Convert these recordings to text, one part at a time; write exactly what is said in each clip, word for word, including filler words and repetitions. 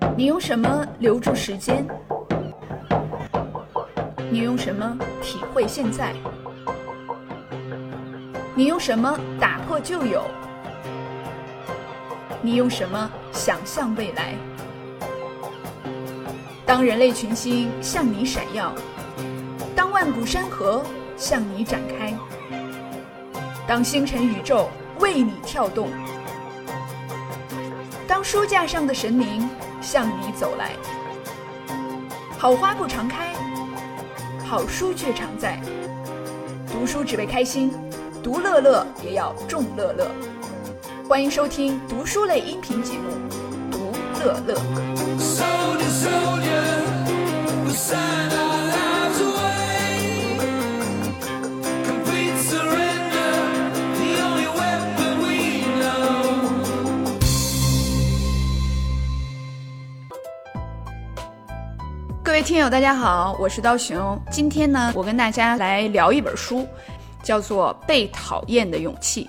你用什么留住时间？你用什么体会现在？你用什么打破旧有？你用什么想象未来？当人类群星向你闪耀，当万古山河向你展开，当星辰宇宙为你跳动，当书架上的神灵向你走来。好花不常开，好书却常在。读书只为开心，读乐乐也要众乐乐。欢迎收听读书类音频节目《读乐乐》。各位听友大家好，我是刀熊。今天呢，我跟大家来聊一本书，叫做《被讨厌的勇气》。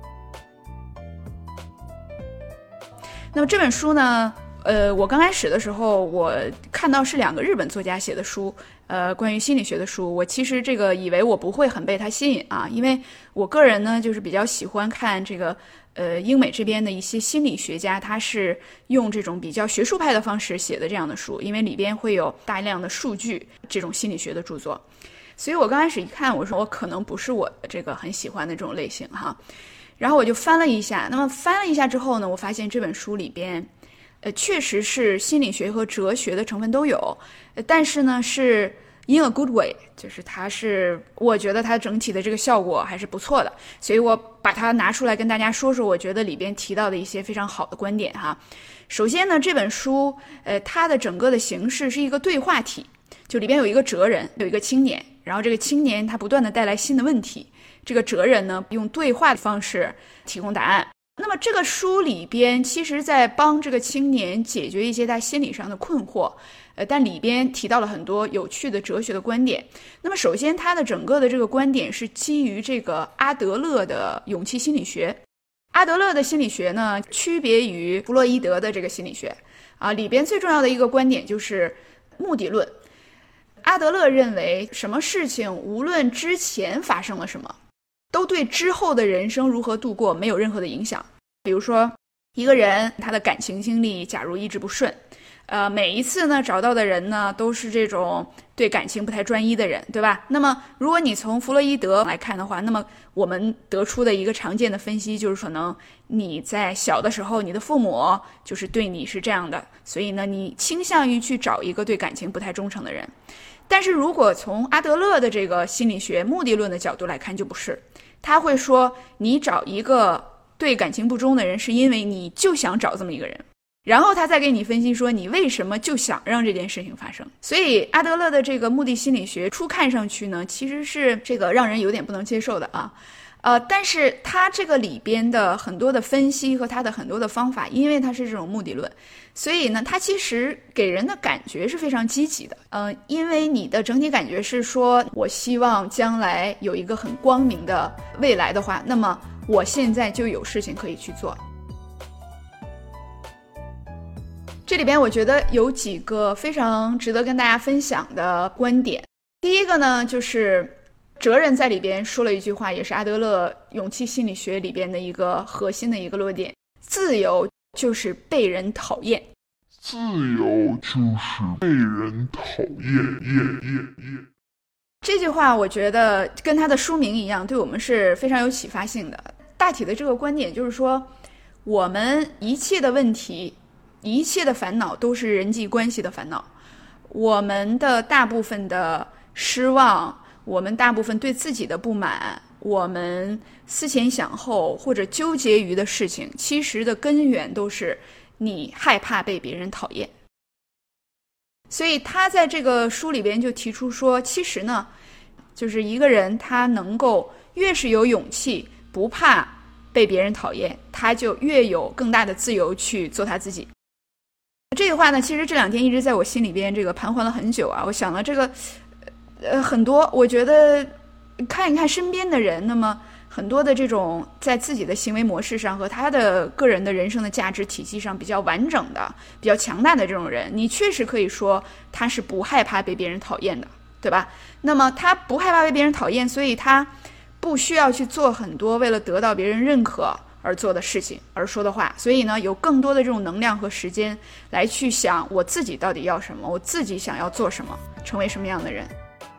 那么这本书呢，呃，我刚开始的时候，我看到是两个日本作家写的书，呃，关于心理学的书。我其实这个以为我不会很被它吸引啊，因为我个人呢，就是比较喜欢看这个呃英美这边的一些心理学家，他是用这种比较学术派的方式写的这样的书，因为里边会有大量的数据，这种心理学的著作。所以我刚开始一看，我说我可能不是我这个很喜欢的这种类型哈。然后我就翻了一下，那么翻了一下之后呢，我发现这本书里边呃，确实是心理学和哲学的成分都有，呃、但是呢是 in a good way， 就是它是我觉得它整体的这个效果还是不错的，所以我把它拿出来跟大家说说我觉得里边提到的一些非常好的观点哈。首先呢，这本书呃，它的整个的形式是一个对话体，就里边有一个哲人，有一个青年，然后这个青年他不断的带来新的问题，这个哲人呢用对话的方式提供答案。那么这个书里边其实在帮这个青年解决一些他心理上的困惑，呃，但里边提到了很多有趣的哲学的观点。那么首先他的整个的这个观点是基于这个阿德勒的勇气心理学。阿德勒的心理学呢，区别于弗洛伊德的这个心理学啊，里边最重要的一个观点就是目的论。阿德勒认为什么事情无论之前发生了什么，都对之后的人生如何度过没有任何的影响。比如说一个人他的感情经历假如一直不顺，呃，每一次呢找到的人呢都是这种对感情不太专一的人，对吧？那么如果你从弗洛伊德来看的话，那么我们得出的一个常见的分析就是可能你在小的时候你的父母就是对你是这样的，所以呢你倾向于去找一个对感情不太忠诚的人。但是如果从阿德勒的这个心理学目的论的角度来看就不是，他会说你找一个对感情不忠的人是因为你就想找这么一个人，然后他再给你分析说你为什么就想让这件事情发生。所以阿德勒的这个目的心理学初看上去呢，其实是这个让人有点不能接受的啊。呃，但是他这个里边的很多的分析和他的很多的方法，因为他是这种目的论，所以呢他其实给人的感觉是非常积极的。嗯、呃，因为你的整体感觉是说我希望将来有一个很光明的未来的话，那么我现在就有事情可以去做。这里边我觉得有几个非常值得跟大家分享的观点。第一个呢，就是哲人在里边说了一句话，也是阿德勒勇气心理学里边的一个核心的一个论点：自由就是被人讨厌。 自由就是被人讨厌。 这句话我觉得跟他的书名一样，对我们是非常有启发性的。大体的这个观点就是说，我们一切的问题，一切的烦恼都是人际关系的烦恼。我们的大部分的失望，我们大部分对自己的不满，我们思前想后或者纠结于的事情，其实的根源都是你害怕被别人讨厌。所以他在这个书里边就提出说，其实呢，就是一个人他能够越是有勇气，不怕被别人讨厌，他就越有更大的自由去做他自己。这句话呢，其实这两天一直在我心里边这个盘桓了很久啊。我想了这个呃很多，我觉得看一看身边的人，那么很多的这种在自己的行为模式上和他的个人的人生的价值体系上比较完整的、比较强大的这种人，你确实可以说他是不害怕被别人讨厌的，对吧？那么他不害怕被别人讨厌，所以他不需要去做很多为了得到别人认可而做的事情，而说的话，所以呢，有更多的这种能量和时间来去想我自己到底要什么，我自己想要做什么，成为什么样的人。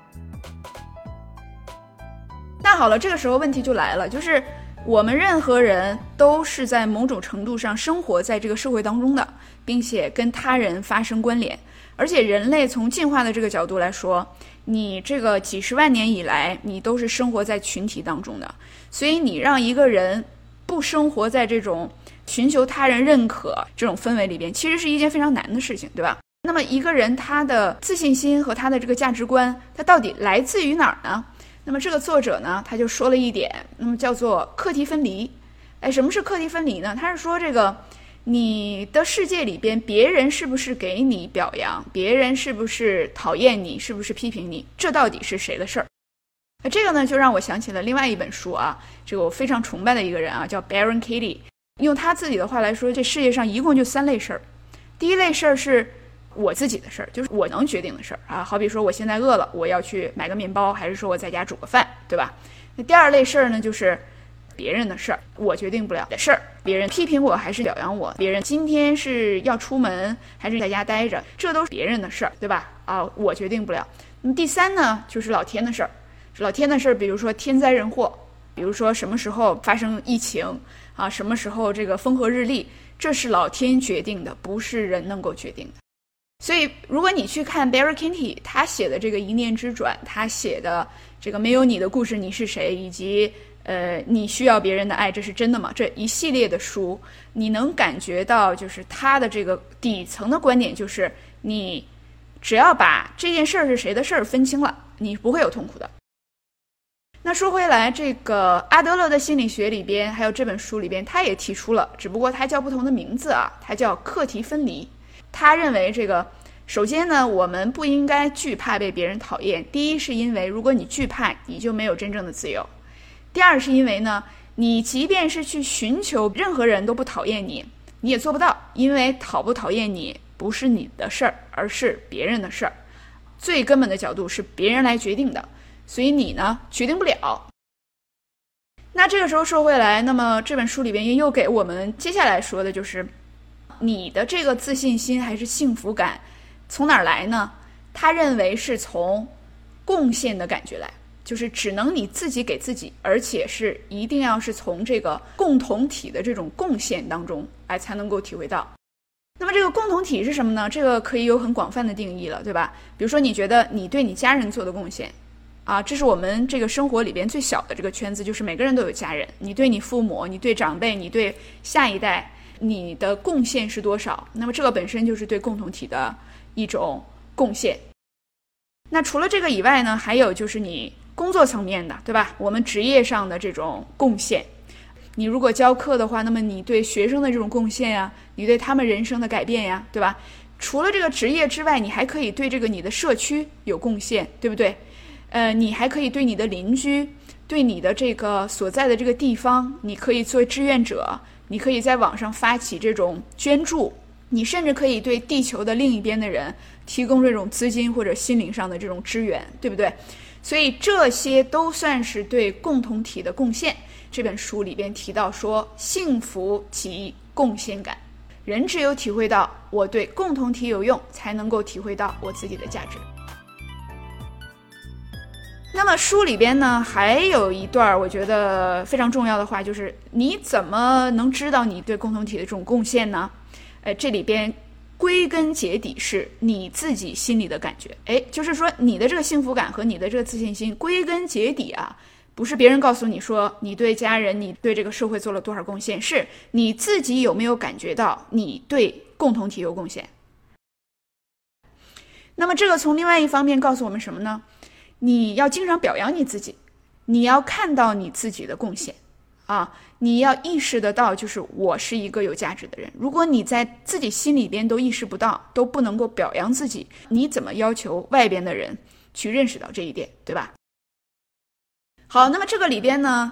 那好了，这个时候问题就来了，就是我们任何人都是在某种程度上生活在这个社会当中的，并且跟他人发生关联，而且人类从进化的这个角度来说，你这个几十万年以来你都是生活在群体当中的，所以你让一个人不生活在这种寻求他人认可这种氛围里边，其实是一件非常难的事情，对吧？那么一个人他的自信心和他的这个价值观，他到底来自于哪儿呢？那么这个作者呢，他就说了一点，那么叫做课题分离。哎，什么是课题分离呢？他是说这个你的世界里边，别人是不是给你表扬，别人是不是讨厌你，是不是批评你，这到底是谁的事儿？这个呢，就让我想起了另外一本书啊，这个我非常崇拜的一个人啊，叫 Byron Katie。用他自己的话来说，这世界上一共就三类事儿。第一类事儿是我自己的事儿，就是我能决定的事儿啊，好比说我现在饿了，我要去买个面包，还是说我在家煮个饭，对吧？那第二类事儿呢，就是别人的事儿，我决定不了的事儿，别人批评我还是表扬我，别人今天是要出门还是在家待着，这都是别人的事儿，对吧？啊，我决定不了。那么第三呢，就是老天的事儿，老天的事儿，比如说天灾人祸，比如说什么时候发生疫情啊，什么时候这个风和日丽，这是老天决定的，不是人能够决定的。所以如果你去看 Byron Katie 他写的这个一念之转，他写的这个没有你的故事你是谁，以及呃你需要别人的爱这是真的吗，这一系列的书，你能感觉到就是他的这个底层的观点，就是你只要把这件事儿是谁的事儿分清了，你不会有痛苦的。那说回来，这个阿德勒的心理学里边还有这本书里边，他也提出了，只不过他叫不同的名字啊，他叫课题分离。他认为这个首先呢，我们不应该惧怕被别人讨厌。第一是因为如果你惧怕，你就没有真正的自由。第二是因为呢，你即便是去寻求任何人都不讨厌你，你也做不到，因为讨不讨厌你不是你的事儿，而是别人的事儿。最根本的角度是别人来决定的，所以你呢决定不了。那这个时候说回来，那么这本书里边也又给我们接下来说的就是你的这个自信心还是幸福感从哪儿来呢？他认为是从贡献的感觉来，就是只能你自己给自己，而且是一定要是从这个共同体的这种贡献当中哎才能够体会到。那么这个共同体是什么呢？这个可以有很广泛的定义了，对吧？比如说你觉得你对你家人做的贡献啊，这是我们这个生活里边最小的这个圈子，就是每个人都有家人，你对你父母，你对长辈，你对下一代，你的贡献是多少？那么这个本身就是对共同体的一种贡献。那除了这个以外呢，还有就是你工作层面的，对吧？我们职业上的这种贡献，你如果教课的话，那么你对学生的这种贡献呀，你对他们人生的改变呀，对吧？除了这个职业之外，你还可以对这个你的社区有贡献，对不对？呃，你还可以对你的邻居，对你的这个所在的这个地方，你可以做志愿者，你可以在网上发起这种捐助，你甚至可以对地球的另一边的人提供这种资金或者心灵上的这种支援，对不对？所以这些都算是对共同体的贡献。这本书里边提到说，幸福即贡献感，人只有体会到我对共同体有用，才能够体会到我自己的价值。那么书里边呢还有一段我觉得非常重要的话，就是你怎么能知道你对共同体的这种贡献呢？呃，这里边归根结底是你自己心里的感觉。哎，就是说你的这个幸福感和你的这个自信心，归根结底啊，不是别人告诉你说你对家人，你对这个社会做了多少贡献，是你自己有没有感觉到你对共同体有贡献。那么这个从另外一方面告诉我们什么呢？你要经常表扬你自己，你要看到你自己的贡献啊，你要意识得到，就是我是一个有价值的人。如果你在自己心里边都意识不到，都不能够表扬自己，你怎么要求外边的人去认识到这一点，对吧？好，那么这个里边呢，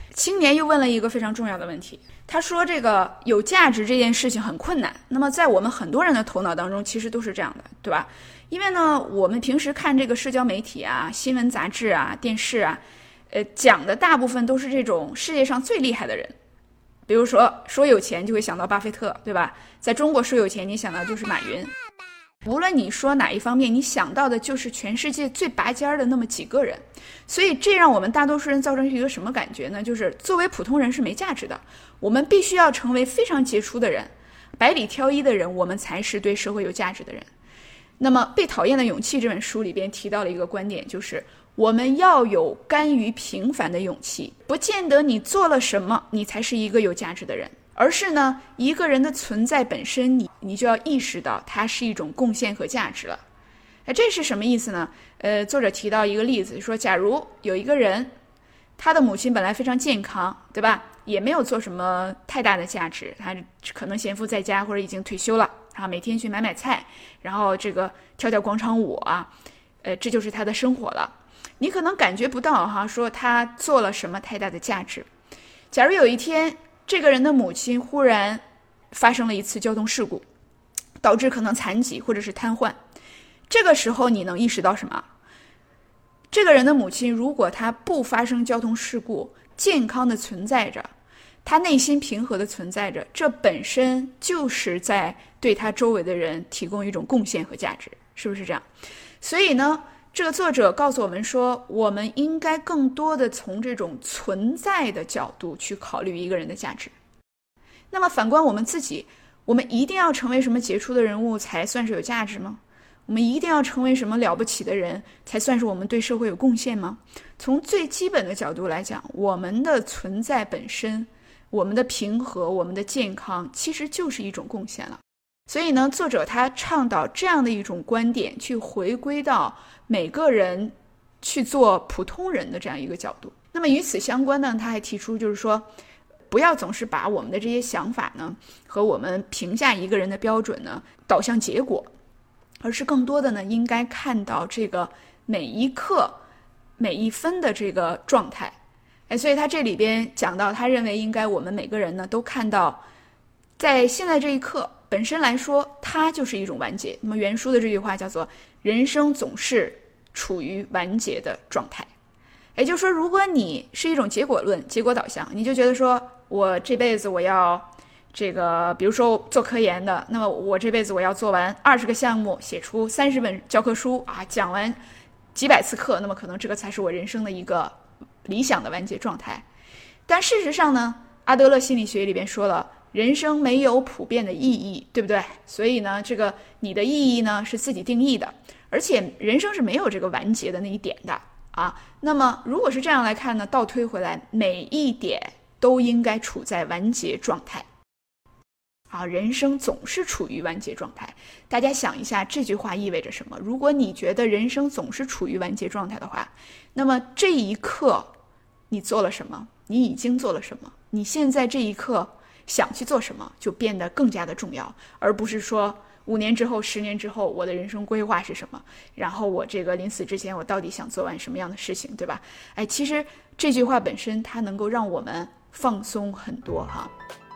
青年又问了一个非常重要的问题，他说这个有价值这件事情很困难，那么在我们很多人的头脑当中其实都是这样的，对吧？因为呢我们平时看这个社交媒体啊、新闻杂志啊、电视啊，呃，讲的大部分都是这种世界上最厉害的人，比如说说有钱就会想到巴菲特，对吧？在中国说有钱你想到就是马云，无论你说哪一方面，你想到的就是全世界最拔尖的那么几个人。所以这让我们大多数人造成一个什么感觉呢？就是作为普通人是没价值的，我们必须要成为非常杰出的人，百里挑一的人，我们才是对社会有价值的人。那么《被讨厌的勇气》这本书里边提到了一个观点，就是我们要有甘于平凡的勇气，不见得你做了什么你才是一个有价值的人，而是呢一个人的存在本身，你你就要意识到它是一种贡献和价值了。哎，这是什么意思呢？呃，作者提到一个例子，说假如有一个人，他的母亲本来非常健康，对吧？也没有做什么太大的价值，他可能闲赋在家或者已经退休了，然后每天去买买菜，然后这个跳跳广场舞啊，呃，这就是他的生活了。你可能感觉不到哈，说他做了什么太大的价值。假如有一天这个人的母亲忽然发生了一次交通事故，导致可能残疾或者是瘫痪，这个时候你能意识到什么？这个人的母亲如果他不发生交通事故，健康的存在着，他内心平和的存在着，这本身就是在对他周围的人提供一种贡献和价值，是不是这样？所以呢这个作者告诉我们说，我们应该更多的从这种存在的角度去考虑一个人的价值。那么反观我们自己，我们一定要成为什么杰出的人物才算是有价值吗？我们一定要成为什么了不起的人才算是我们对社会有贡献吗？从最基本的角度来讲，我们的存在本身，我们的平和，我们的健康，其实就是一种贡献了。所以呢，作者他倡导这样的一种观点，去回归到每个人去做普通人的这样一个角度。那么与此相关呢，他还提出就是说，不要总是把我们的这些想法呢和我们评价一个人的标准呢导向结果，而是更多的呢应该看到这个每一刻每一分的这个状态。哎，所以他这里边讲到，他认为应该我们每个人呢都看到，在现在这一刻本身来说，它就是一种完结。那么原书的这句话叫做人生总是处于完结的状态。也就是说，如果你是一种结果论、结果导向，你就觉得说我这辈子我要这个，比如说做科研的，那么我这辈子我要做完二十个项目，写出三十本教科书啊，讲完几百次课，那么可能这个才是我人生的一个理想的完结状态。但事实上呢，阿德勒心理学里边说了，人生没有普遍的意义，对不对？所以呢，这个你的意义呢是自己定义的，而且人生是没有这个完结的那一点的啊。那么如果是这样来看呢，倒推回来，每一点都应该处在完结状态啊，人生总是处于完结状态。大家想一下这句话意味着什么？如果你觉得人生总是处于完结状态的话，那么这一刻你做了什么？你已经做了什么？你现在这一刻想去做什么就变得更加的重要，而不是说五年之后十年之后我的人生规划是什么，然后我这个临死之前我到底想做完什么样的事情，对吧？哎，其实这句话本身它能够让我们放松很多哈。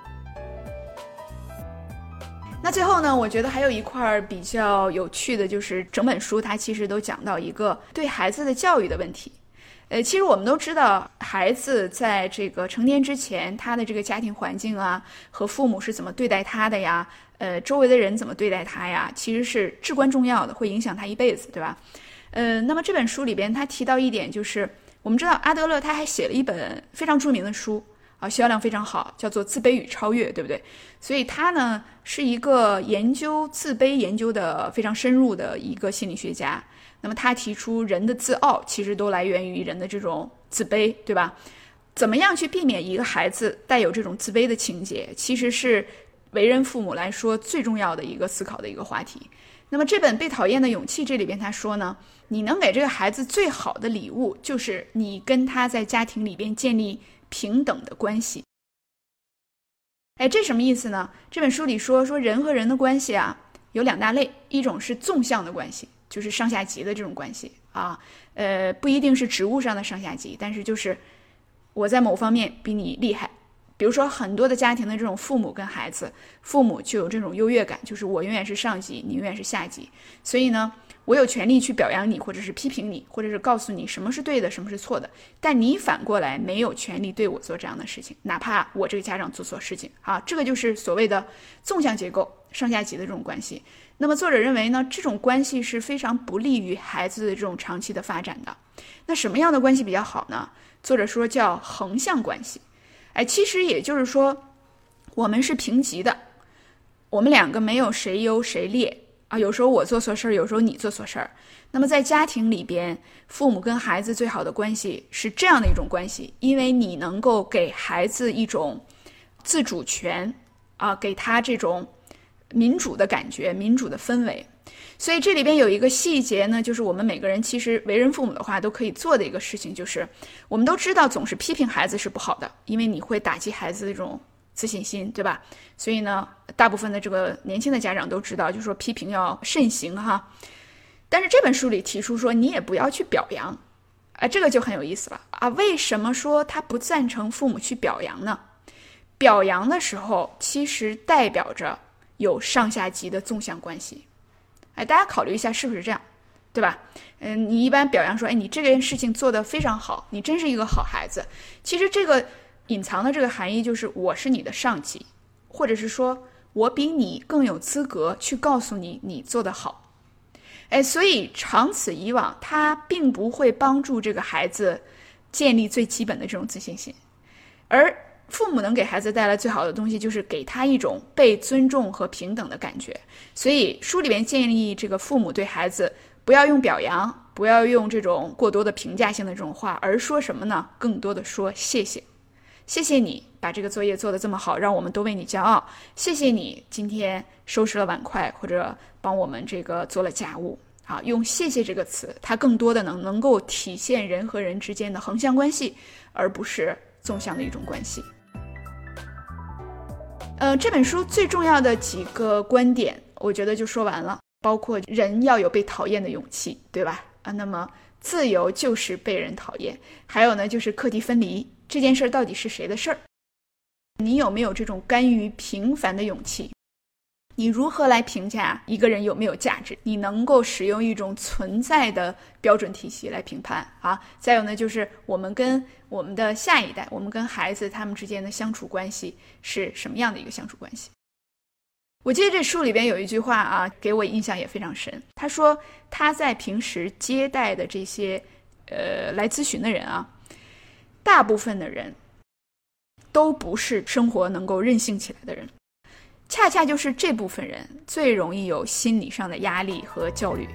那最后呢，我觉得还有一块比较有趣的，就是整本书它其实都讲到一个对孩子的教育的问题。呃，其实我们都知道，孩子在这个成年之前，他的这个家庭环境啊，和父母是怎么对待他的呀，呃，周围的人怎么对待他呀，其实是至关重要的，会影响他一辈子，对吧？呃，那么这本书里边他提到一点，就是我们知道阿德勒他还写了一本非常著名的书啊，销量非常好，叫做《自卑与超越》，对不对？所以他呢是一个研究自卑研究的非常深入的一个心理学家。那么他提出人的自傲其实都来源于人的这种自卑，对吧？怎么样去避免一个孩子带有这种自卑的情节，其实是为人父母来说最重要的一个思考的一个话题。那么这本《被讨厌的勇气》这里边他说呢，你能给这个孩子最好的礼物，就是你跟他在家庭里边建立平等的关系。哎，这什么意思呢？这本书里说说人和人的关系啊有两大类，一种是纵向的关系，就是上下级的这种关系啊，呃，不一定是职务上的上下级，但是就是我在某方面比你厉害。比如说很多的家庭的这种父母跟孩子，父母就有这种优越感，就是我永远是上级，你永远是下级，所以呢我有权利去表扬你，或者是批评你，或者是告诉你什么是对的，什么是错的，但你反过来没有权利对我做这样的事情，哪怕我这个家长做错事情啊，这个就是所谓的纵向结构上下级的这种关系。那么作者认为呢，这种关系是非常不利于孩子的这种长期的发展的。那什么样的关系比较好呢？作者说叫横向关系。哎，其实也就是说我们是平级的，我们两个没有谁优谁劣啊，有时候我做错事儿，有时候你做错事儿。那么在家庭里边，父母跟孩子最好的关系是这样的一种关系，因为你能够给孩子一种自主权啊，给他这种民主的感觉，民主的氛围。所以这里边有一个细节呢，就是我们每个人其实为人父母的话都可以做的一个事情，就是我们都知道总是批评孩子是不好的，因为你会打击孩子的这种自信心，对吧？所以呢大部分的这个年轻的家长都知道，就是说批评要慎行哈。但是这本书里提出说你也不要去表扬啊，这个就很有意思了啊。为什么说他不赞成父母去表扬呢？表扬的时候其实代表着有上下级的纵向关系。哎，大家考虑一下是不是这样，对吧？嗯，你一般表扬说，哎，你这件事情做得非常好，你真是一个好孩子。其实这个隐藏的这个含义就是我是你的上级，或者是说我比你更有资格去告诉你你做得好。哎，所以长此以往，他并不会帮助这个孩子建立最基本的这种自信心。而父母能给孩子带来最好的东西，就是给他一种被尊重和平等的感觉。所以书里面建议这个父母对孩子不要用表扬，不要用这种过多的评价性的这种话，而说什么呢？更多的说谢谢。谢谢你把这个作业做得这么好，让我们都为你骄傲。谢谢你今天收拾了碗筷，或者帮我们这个做了家务。啊，用谢谢这个词，它更多的能能够体现人和人之间的横向关系，而不是纵向的一种关系。呃，这本书最重要的几个观点，我觉得就说完了，包括人要有被讨厌的勇气，对吧？啊，那么自由就是被人讨厌，还有呢，就是课题分离，这件事到底是谁的事儿？你有没有这种甘于平凡的勇气？你如何来评价一个人有没有价值？你能够使用一种存在的标准体系来评判啊。再有呢，就是我们跟我们的下一代，我们跟孩子他们之间的相处关系是什么样的一个相处关系？我记得这书里边有一句话啊，给我印象也非常深。他说他在平时接待的这些呃来咨询的人啊，大部分的人都不是生活能够任性起来的人。恰恰就是这部分人最容易有心理上的压力和焦虑。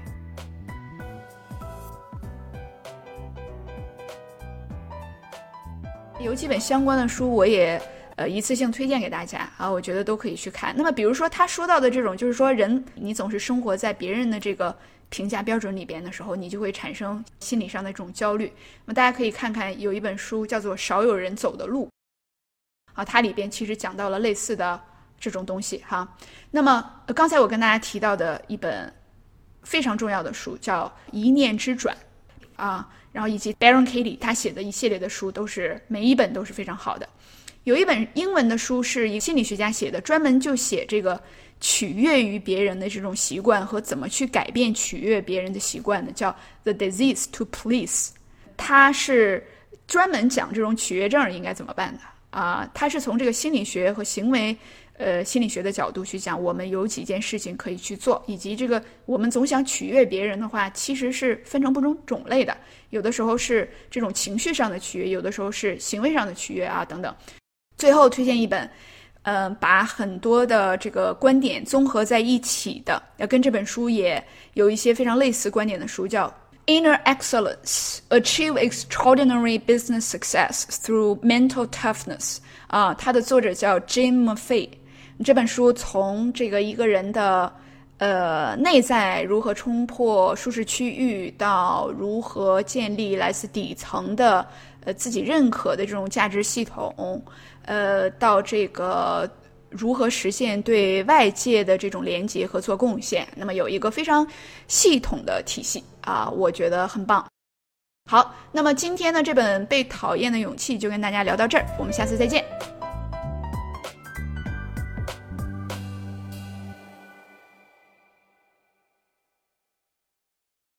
有几本相关的书我也呃一次性推荐给大家啊，我觉得都可以去看。那么比如说他说到的这种，就是说人你总是生活在别人的这个评价标准里边的时候，你就会产生心理上的这种焦虑。那么大家可以看看有一本书叫做《少有人走的路》啊，它里边其实讲到了类似的这种东西哈。那么刚才我跟大家提到的一本非常重要的书叫《一念之转》啊，然后以及 Baron Katie 他写的一系列的书，都是每一本都是非常好的。有一本英文的书是一个心理学家写的，专门就写这个取悦于别人的这种习惯和怎么去改变取悦别人的习惯的，叫 The Disease to Please。 他是专门讲这种取悦症应该怎么办的啊，他是从这个心理学和行为呃，心理学的角度去讲，我们有几件事情可以去做，以及这个我们总想取悦别人的话，其实是分成不同种类的，有的时候是这种情绪上的取悦，有的时候是行为上的取悦啊等等。最后推荐一本呃，把很多的这个观点综合在一起的，要跟这本书也有一些非常类似观点的书，叫 Inner Excellence: Achieve Extraordinary Business Success Through Mental Toughness 啊，它的作者叫 Jim Maffei。这本书从这个一个人的呃内在如何冲破舒适区域，到如何建立来自底层的呃自己认可的这种价值系统，呃，到这个如何实现对外界的这种连接和做贡献，那么有一个非常系统的体系啊，我觉得很棒。 好，那么今天呢这本《被讨厌的勇气》就跟大家聊到这儿，我们下次再见。